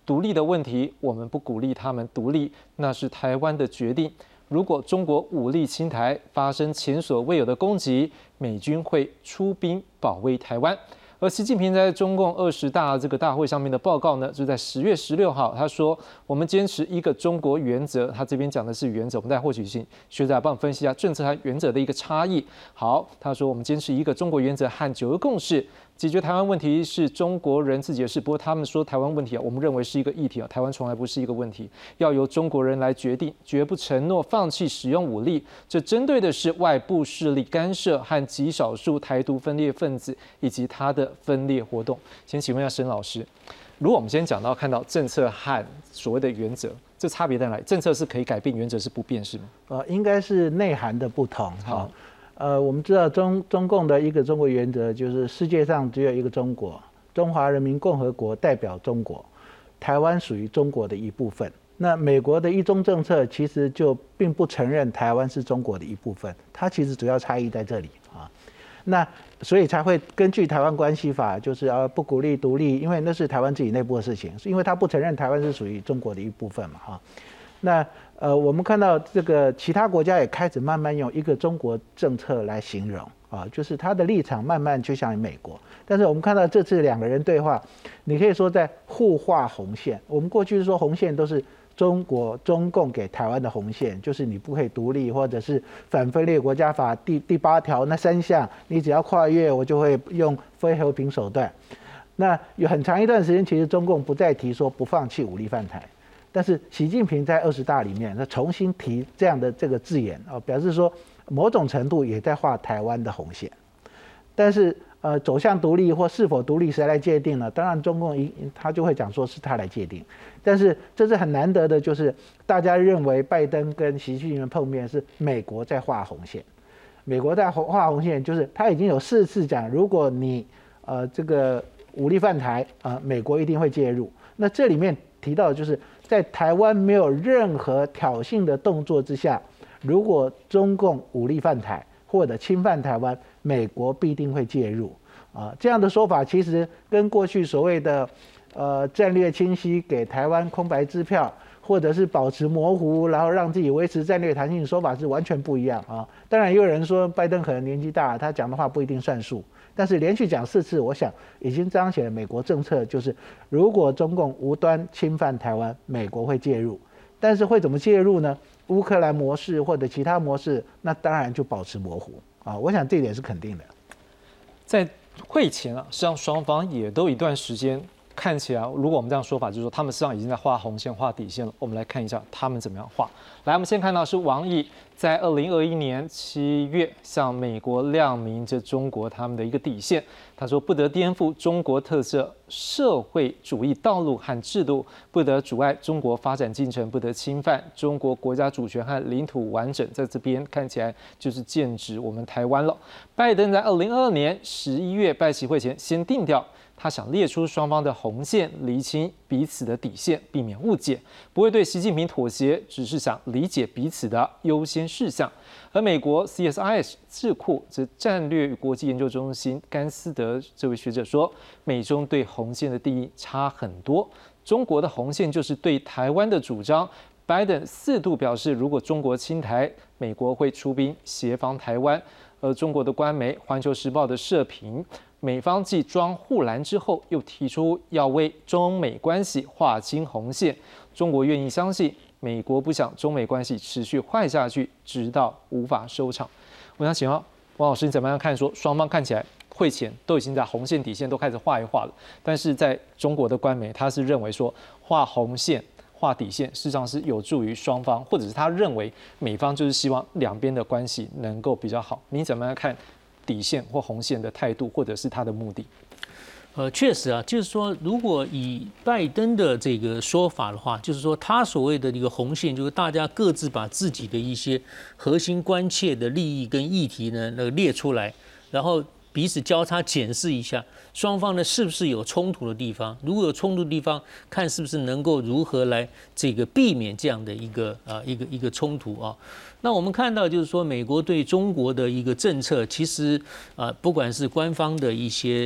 独立的问题，我们不鼓励他们独立，那是台湾的决定。如果中国武力侵台，发生前所未有的攻击，美军会出兵保卫台湾。而习近平在中共20大这个大会上面的报告呢，就在10月16号，他说我们坚持一个中国原则，他这边讲的是原则，我们再获取学者来帮我们分析一下政策和原则的一个差异。好，他说我们坚持一个中国原则和9个共识。解决台湾问题是中国人自己的事，不过他们说台湾问题我们认为是一个议题台湾从来不是一个问题，要由中国人来决定，绝不承诺放弃使用武力。这针对的是外部势力干涉和极少数台独分裂分子以及他的分裂活动。先请问一下沈老师，如果我们今天讲到看到政策和所谓的原则，这差别在哪里？政策是可以改变，原则是不变，是吗？ 应该是内涵的不同。好。我们知道中共的一个中国原则就是世界上只有一个中国，中华人民共和国代表中国，台湾属于中国的一部分。那美国的一中政策其实就并不承认台湾是中国的一部分，它其实主要差异在这里啊。那所以才会根据台湾关系法，就是不鼓励独立，因为那是台湾自己内部的事情，是因为他不承认台湾是属于中国的一部分嘛哈。那我们看到这个其他国家也开始慢慢用一个中国政策来形容啊，就是他的立场慢慢趋向于美国。但是我们看到这次两个人对话，你可以说在互画红线。我们过去说红线都是中共给台湾的红线，就是你不可以独立，或者是反分裂国家法第8条那3项，你只要跨越，我就会用非和平手段。那有很长一段时间，其实中共不再提说不放弃武力犯台。但是习近平在20大里面，他重新提这样的这个字眼表示说某种程度也在画台湾的红线。但是走向独立或是否独立谁来界定呢？当然中共他就会讲说是他来界定。但是这是很难得的，就是大家认为拜登跟习近平碰面是美国在画红线。美国在画红线，就是他已经有4次讲，如果你这个武力犯台美国一定会介入。那这里面提到的就是在台湾没有任何挑衅的动作之下，如果中共武力犯台或者侵犯台湾，美国必定会介入这样的说法其实跟过去所谓的战略清晰，给台湾空白支票，或者是保持模糊，然后让自己维持战略弹性的说法是完全不一样当然也有人说拜登可能年纪大，他讲的话不一定算数。但是连续讲4次，我想已经彰显了美国政策，就是如果中共无端侵犯台湾，美国会介入。但是会怎么介入呢？乌克兰模式或者其他模式，那当然就保持模糊我想这一点是肯定的。 在会前实际上双方也都一段时间看起来，如果我们这样说法，就是说他们实际上已经在画红线、画底线了。我们来看一下他们怎么样画。来，我们先看到是王毅在2021年7月向美国亮明这中国他们的一个底线。他说，不得颠覆中国特色社会主义道路和制度，不得阻碍中国发展进程，不得侵犯中国国家主权和领土完整。在这边看起来就是剑指我们台湾了。拜登在2022年11月拜习会前先定调，他想列出双方的红线，厘清彼此的底线，避免误解，不会对习近平妥协，只是想理解彼此的优先事项。而美国 CSIS 智库之战略与国际研究中心甘斯德这位学者说，美中对红线的定义差很多。中国的红线就是对台湾的主张。拜登4度表示，如果中国侵台，美国会出兵协防台湾。而中国的官媒《环球时报》的社评，美方继装护栏之后，又提出要为中美关系划清红线。中国愿意相信，美国不想中美关系持续坏下去，直到无法收场。我想请问王老师，你怎么样看？说双方看起来会前都已经在红线底线都开始画一画了，但是在中国的官媒，他是认为说画红线、画底线，事实上是有助于双方，或者是他认为美方就是希望两边的关系能够比较好。你怎么样看底线或红线的态度，或者是他的目的？ 确实啊，就是说，如果以拜登的这个说法的话，就是说他所谓的一个红线，就是大家各自把自己的一些核心关切的利益跟议题呢列出来，然后彼此交叉检视一下，双方呢是不是有冲突的地方？如果有冲突的地方，看是不是能够如何来这个避免这样的一个冲突啊。那我们看到就是说，美国对中国的一个政策，其实不管是官方的一些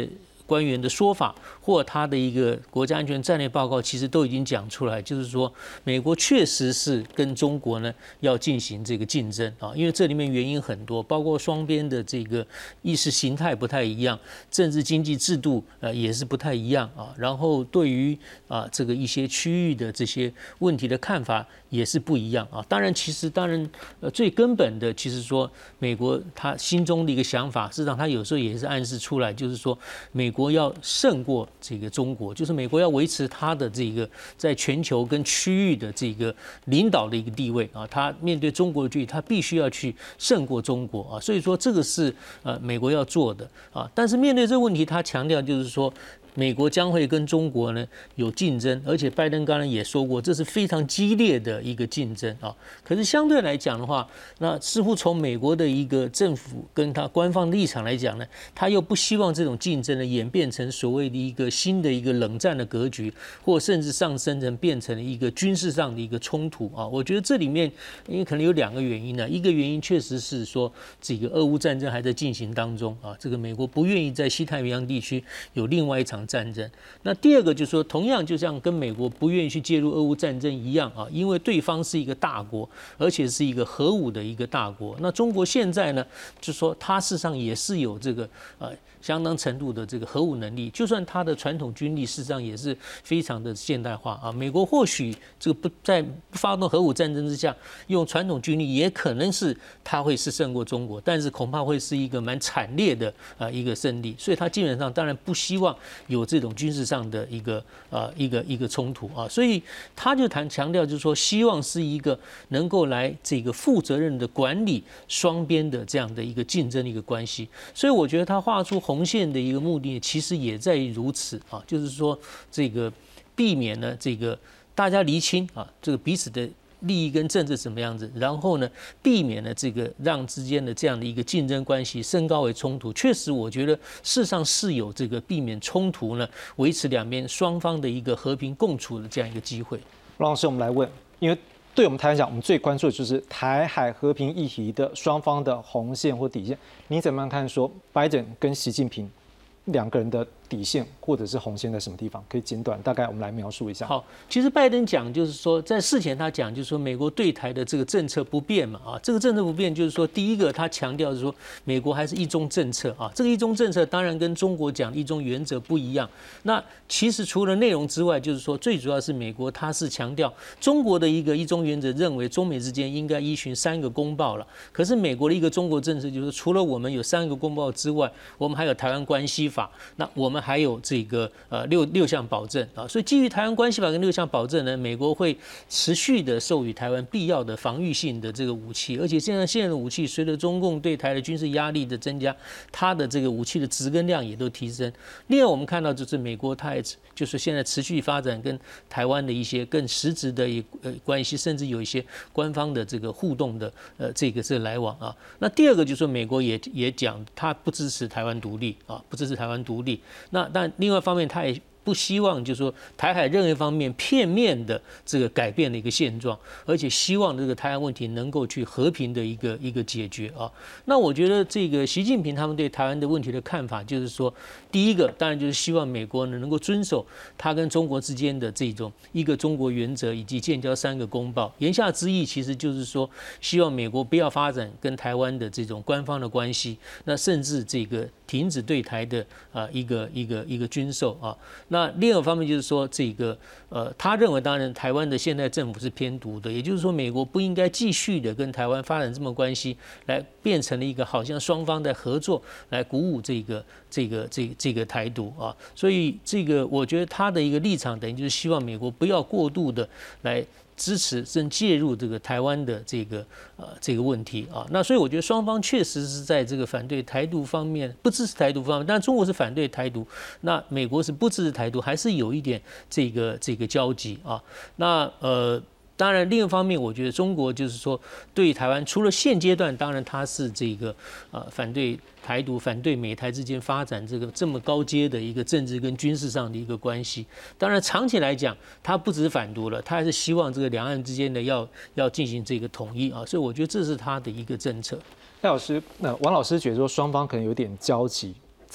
官员的说法，或他的一个国家安全战略报告，其实都已经讲出来，就是说美国确实是跟中国呢要进行这个竞争啊，因为这里面原因很多，包括双边的这个意识形态不太一样，政治经济制度也是不太一样啊，然后对于这个一些区域的这些问题的看法也是不一样啊。当然最根本的，其实说美国他心中的一个想法，事实上他有时候也是暗示出来，就是说美国要胜过这个中国，就是美国要维持他的这个在全球跟区域的这个领导的一个地位啊。他面对中国的距离，他必须要去胜过中国啊。所以说这个是美国要做的啊。但是面对这个问题，他强调就是说，美国将会跟中国呢有竞争，而且拜登刚才也说过，这是非常激烈的一个竞争啊。可是相对来讲的话，那似乎从美国的一个政府跟他官方立场来讲呢，他又不希望这种竞争呢演变成所谓的一个新的一个冷战的格局，或甚至上升成变成了一个军事上的一个冲突啊。我觉得这里面因为可能有2个原因呢，一个原因确实是说这个俄乌战争还在进行当中啊，这个美国不愿意在西太平洋地区有另外一场战争。那第二个就是说，同样就像跟美国不愿意去介入俄乌战争一样啊，因为对方是一个大国，而且是一个核武的一个大国。那中国现在呢，就是说它事实上也是有这个相当程度的这个核武能力，就算它的传统军力事实上也是非常的现代化啊。美国或许这个在不发动核武战争之下，用传统军力也可能是它会是胜过中国，但是恐怕会是一个蛮惨烈的一个胜利。所以它基本上当然不希望有这种军事上的一个冲突啊。所以他就强调就是说，希望是一个能够来这个负责任的管理双边的这样的一个竞争的一个关系。所以我觉得他画出红线的一个目的，其实也在于如此啊，就是说这个避免呢这个大家厘清啊这个彼此的利益跟政治什么样子，然后呢避免了这个让之间的这样的一个竞争关系升高为冲突。确实我觉得事实上是有这个避免冲突呢，维持两边双方的一个和平共处的这样一个机会。 罗老师，我们来问，因为对我们台湾讲，我们最关注的就是台海和平议题的双方的红线或底线。你怎么样看说拜登跟习近平2个人的底线或者是红线在什么地方？可以简短大概我们来描述一下。 好，其实拜登讲就是说，在事前他讲就是说，美国对台的这个政策不变嘛啊，这个政策不变就是说，第一个他强调是说，美国还是一中政策啊，这个一中政策当然跟中国讲一中原则不一样。那其实除了内容之外，就是说最主要是美国他是强调中国的一个一中原则，认为中美之间应该依循3个公报了。可是美国的一个中国政策就是除了我们有3个公报之外，我们还有台湾关系法，那我们还有这个六项保证啊，所以基于台湾关系法跟6项保证呢，美国会持续的授予台湾必要的防御性的这个武器，而且现在的武器随着中共对台的军事压力的增加，它的这个武器的质跟量也都提升。另外我们看到就是美国它也就是现在持续发展跟台湾的一些更实质的关系，甚至有一些官方的这个互动的这个来往啊。那第二个就是说美国也讲它不支持台湾独立啊，不支持台湾独立。那但另外一方面，他也不希望就是说台海任何一方面片面的这个改变的一个现状，而且希望这个台湾问题能够去和平的一个解决啊。那我觉得这个习近平他们对台湾的问题的看法，就是说，第一个当然就是希望美国呢能够遵守他跟中国之间的这种一个中国原则以及建交3个公报。言下之意其实就是说，希望美国不要发展跟台湾的这种官方的关系，那甚至这个停止对台的一个军售啊。那另一方面就是说，这个他认为当然台湾的现在政府是偏独的，也就是说美国不应该继续的跟台湾发展这么关系，来变成了一个好像双方在合作来鼓舞这个台独啊。所以这个我觉得他的一个立场等于就是希望美国不要过度的来支持甚至介入这个台湾的这个问题啊。那所以我觉得双方确实是在这个反对台独方面，不支持台独方面，但中国是反对台独，那美国是不支持台独，还是有一点这个交集啊。那当然，另一方面，我觉得中国就是说，对台湾除了现阶段，当然它是这个反对台独、反对美台之间发展这么高阶的一个政治跟军事上的一个关系。当然，长期来讲，它不只是反独了，它还是希望这个两岸之间的要进行这个统一啊。所以我觉得这是它的一个政策。 赖老师，王老师觉得说双方可能有点交集，在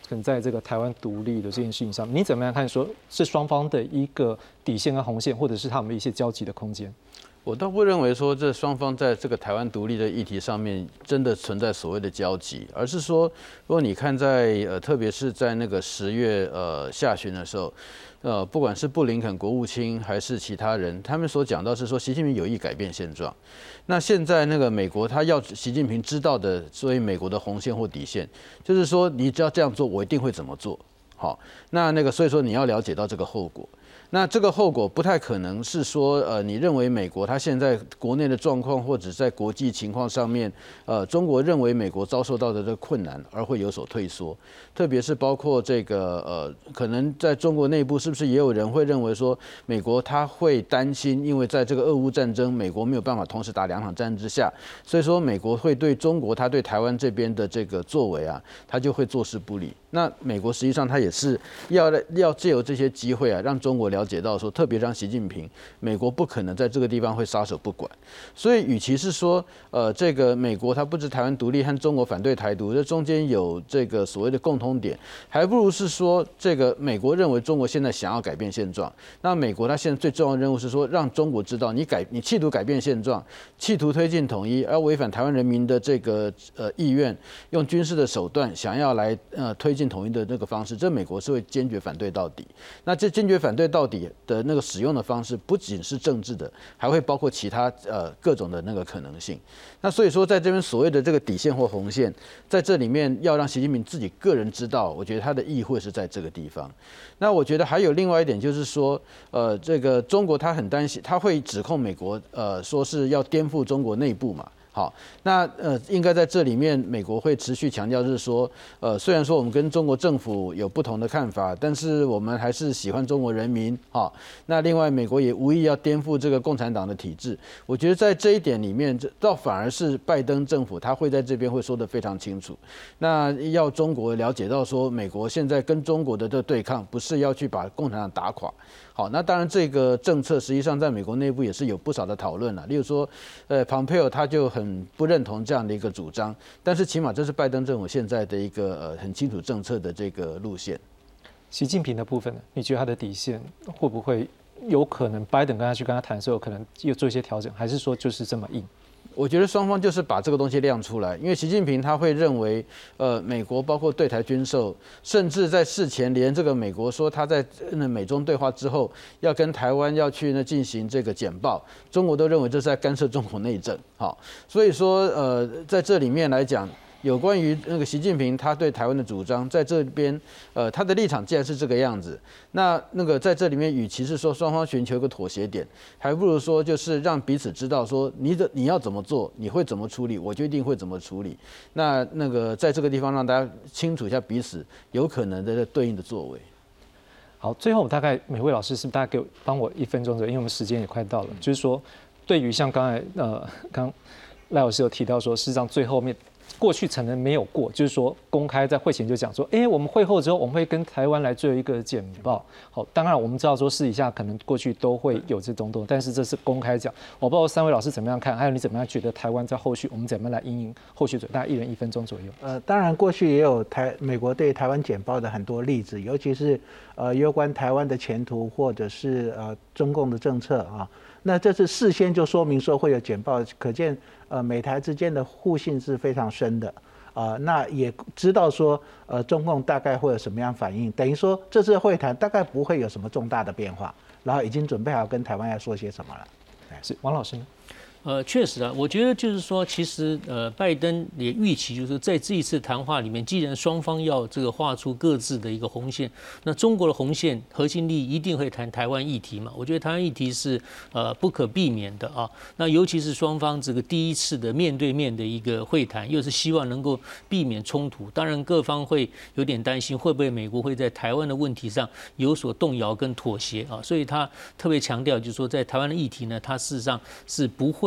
可能在这个台湾独立的这件事情上，你怎么样看？说是双方的一个底线跟红线，或者是他们一些交集的空间？ 我倒不认为说这双方在这个台湾独立的议题上面真的存在所谓的交集，而是说，如果你看在特别是在那个10月下旬的时候，不管是布林肯国务卿还是其他人，他们所讲到是说习近平有意改变现状。那现在那个美国他要习近平知道的，所以美国的红线或底线，就是说你只要这样做，我一定会怎么做。好，那个所以说你要了解到这个后果。那这个后果不太可能是说，你认为美国它现在国内的状况，或者在国际情况上面，中国认为美国遭受到的这个困难而会有所退缩，特别是包括这个可能在中国内部是不是也有人会认为说，美国他会担心，因为在这个俄乌战争，美国没有办法同时打2场战之下，所以说美国会对中国他对台湾这边的这个作为啊，他就会坐视不理。那美国实际上他也是要借由这些机会啊，让中国了解到说，特别让习近平，美国不可能在这个地方会撒手不管。所以，与其是说，这个美国它不止台湾独立和中国反对台独，这中间有这个所谓的共通点，还不如是说，这个美国认为中国现在想要改变现状，那美国它现在最重要的任务是说，让中国知道你企图改变现状，企图推进统一，而违反台湾人民的这个意愿，用军事的手段想要来推进统一的那个方式，这美国是会坚决反对到底。那这坚决反对到底的那个使用的方式，不仅是政治的，还会包括其他各种的那个可能性。那所以说，在这边所谓的这个底线或红线，在这里面要让习近平自己个人知道，我觉得他的意会是在这个地方。那我觉得还有另外一点就是说，这个中国他很担心，他会指控美国，说是要颠覆中国内部嘛。好，那应该在这里面，美国会持续强调，就是说，虽然说我们跟中国政府有不同的看法，但是我们还是喜欢中国人民。好，那另外美国也无意要颠覆这个共产党的体制。我觉得在这一点里面，倒反而是拜登政府他会在这边会说得非常清楚。那要中国了解到说，美国现在跟中国的这对抗，不是要去把共产党打垮。好，那当然这个政策实际上在美国内部也是有不少的讨论了。例如说，Pompeo 他就很不认同这样的一个主张，但是起码这是拜登政府现在的一个很清楚政策的这个路线。 习近平的部分呢，你觉得他的底线会不会有可能拜登跟他去跟他谈的时候，可能又做一些调整，还是说就是这么硬？ 我觉得双方就是把这个东西亮出来，因为习近平他会认为，美国包括对台军售，甚至在事前连这个美国说他在美中对话之后要跟台湾要去进行这个简报，中国都认为这是在干涉中国内政。好，所以说在这里面来讲，有关于那个习近平他对台湾的主张，在这边他的立场既然是这个样子，那个在这里面，与其是说双方寻求一个妥协点，还不如说就是让彼此知道说你要怎么做，你会怎么处理，我就一定会怎么处理。那个在这个地方让大家清楚一下彼此有可能的对应的作为。 好，最后大概每位老师是不是大概帮我1分钟左右，因为我们时间也快到了。就是说，对于像刚才刚赖老师有提到说，事实上最后面。过去可能没有过，就是说公开在会前就讲说，我们会后之后我们会跟台湾来做一个简报。好，当然我们知道说私底下可能过去都会有这种，但是这是公开讲。我不知道3位老师怎么样看，还有你怎么样觉得台湾在后续我们怎么来因应后续大概1人1分钟左右。 当然过去也有美国对台湾简报的很多例子，尤其是有关台湾的前途或者是中共的政策啊。那这次事先就说明说会有简报，可见美台之间的互信是非常深的那也知道说中共大概会有什么样反应，等于说这次会谈大概不会有什么重大的变化，然后已经准备好跟台湾要说些什么了。 是王老师呢？ 确实啊，我觉得就是说，其实拜登也预期，就是在这一次谈话里面，既然双方要这个画出各自的一个红线，那中国的红线核心利益一定会谈台湾议题嘛。我觉得台湾议题是不可避免的啊。那尤其是双方这个第一次的面对面的一个会谈，又是希望能够避免冲突。当然，各方会有点担心，会不会美国会在台湾的问题上有所动摇跟妥协啊？所以他特别强调，就是说在台湾的议题呢，他事实上是不会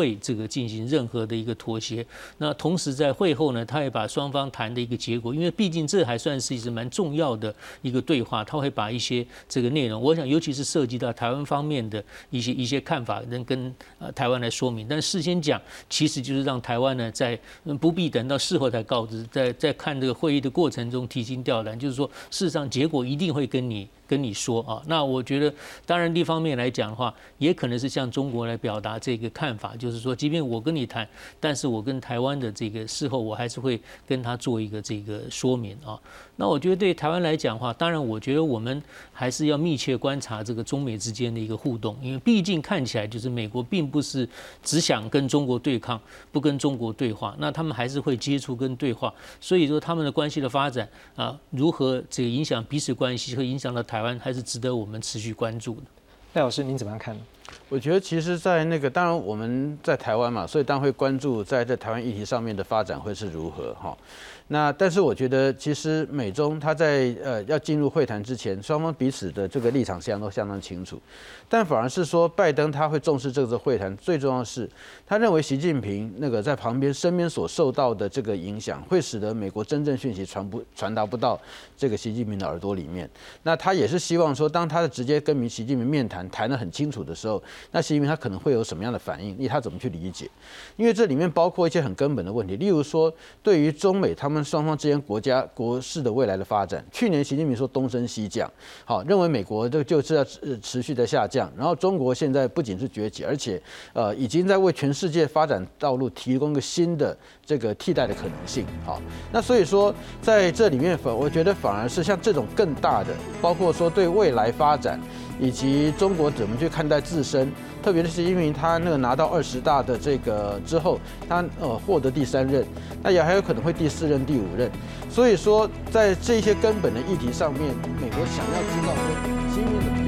会这个进行任何的一个妥协。那同时在会后呢，他也把双方谈的一个结果，因为毕竟这还算是一次蛮重要的一个对话，他会把一些这个内容，我想尤其是涉及到台湾方面的一些看法，能跟台湾来说明。但事先讲，其实就是让台湾呢在不必等到事后才告知，在看这个会议的过程中提心吊胆，就是说事实上结果一定会跟你说啊。那我觉得，当然一方面来讲的话，也可能是向中国来表达这个看法，就是说，即便我跟你谈，但是我跟台湾的这个事后，我还是会跟他做一个这个说明啊。那我觉得对台湾来讲的话，当然我觉得我们还是要密切观察这个中美之间的一个互动，因为毕竟看起来就是美国并不是只想跟中国对抗，不跟中国对话，那他们还是会接触跟对话，所以说他们的关系的发展啊，如何这个影响彼此关系，会影响到台湾，还是值得我们持续关注的。 赖老师，您怎么样看呢？ 我觉得其实，在那个当然我们在台湾嘛，所以当然会关注在这台湾议题上面的发展会是如何哈。那但是我觉得，其实美中他在要进入会谈之前，双方彼此的这个立场都相当清楚，但反而是说拜登他会重视这次会谈，最重要的是他认为习近平那个在旁边身边所受到的这个影响，会使得美国真正讯息传达不到这个习近平的耳朵里面。那他也是希望说，当他直接跟习近平面谈得很清楚的时候，那习近平他可能会有什么样的反应？他怎么去理解？因为这里面包括一些很根本的问题，例如说，对于中美他们双方之间国事的未来的发展，去年习近平说东升西降，好，认为美国就是要持续的下降，然后中国现在不仅是崛起，而且已经在为全世界发展道路提供一个新的这个替代的可能性。好，那所以说在这里面，我觉得反而是像这种更大的，包括说对未来发展。以及中国怎么去看待自身，特别是习近平他那个拿到20大的这个之后，他获得第3任，那也还有可能会第4任、第5任。所以说，在这些根本的议题上面，美国想要知道说习近平的